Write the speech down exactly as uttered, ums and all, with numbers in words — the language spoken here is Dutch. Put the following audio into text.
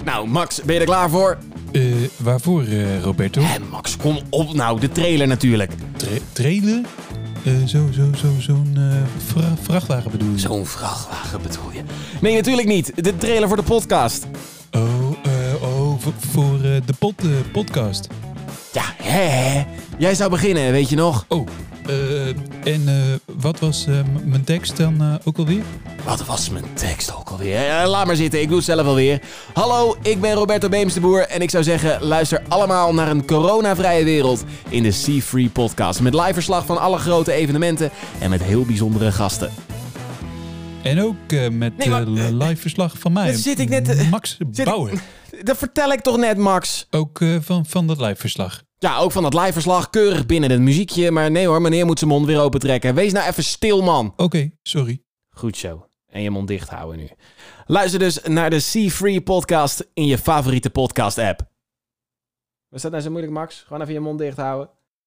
Nou, Max, ben je er klaar voor? Uh, waarvoor, uh, Roberto? Hé, Max, kom op nou. De trailer natuurlijk. Tra- trailer? Uh, zo, zo, zo, zo'n uh, vra- vrachtwagen bedoel je? Zo'n vrachtwagen bedoel je? Nee, natuurlijk niet. De trailer voor de podcast. Oh, uh, oh v- voor uh, de pod, uh, podcast. Ja, hè? Jij zou beginnen, weet je nog? Oh, uh, en uh, wat was uh, m- mijn tekst dan uh, ook alweer? Wat was mijn tekst ook alweer? Ja, laat maar zitten, ik doe het zelf alweer. Hallo, ik ben Roberto Beems de Boer en ik zou zeggen, luister allemaal naar een coronavrije wereld in de Sea Free podcast. Met live verslag van alle grote evenementen en met heel bijzondere gasten. En ook uh, met nee, maar, uh, live verslag van mij, zit ik net, uh, Max Bauer. Ik, dat vertel ik toch net, Max? Ook uh, van, van dat live verslag. Ja, ook van dat live verslag, keurig binnen het muziekje. Maar nee hoor, meneer moet zijn mond weer open trekken. Wees nou even stil, man. Oké, okay, sorry. Goed zo. En je mond dicht houden nu. Luister dus naar de Sea Free podcast in je favoriete podcast app. Was dat nou zo moeilijk, Max? Gewoon even je mond dicht houden.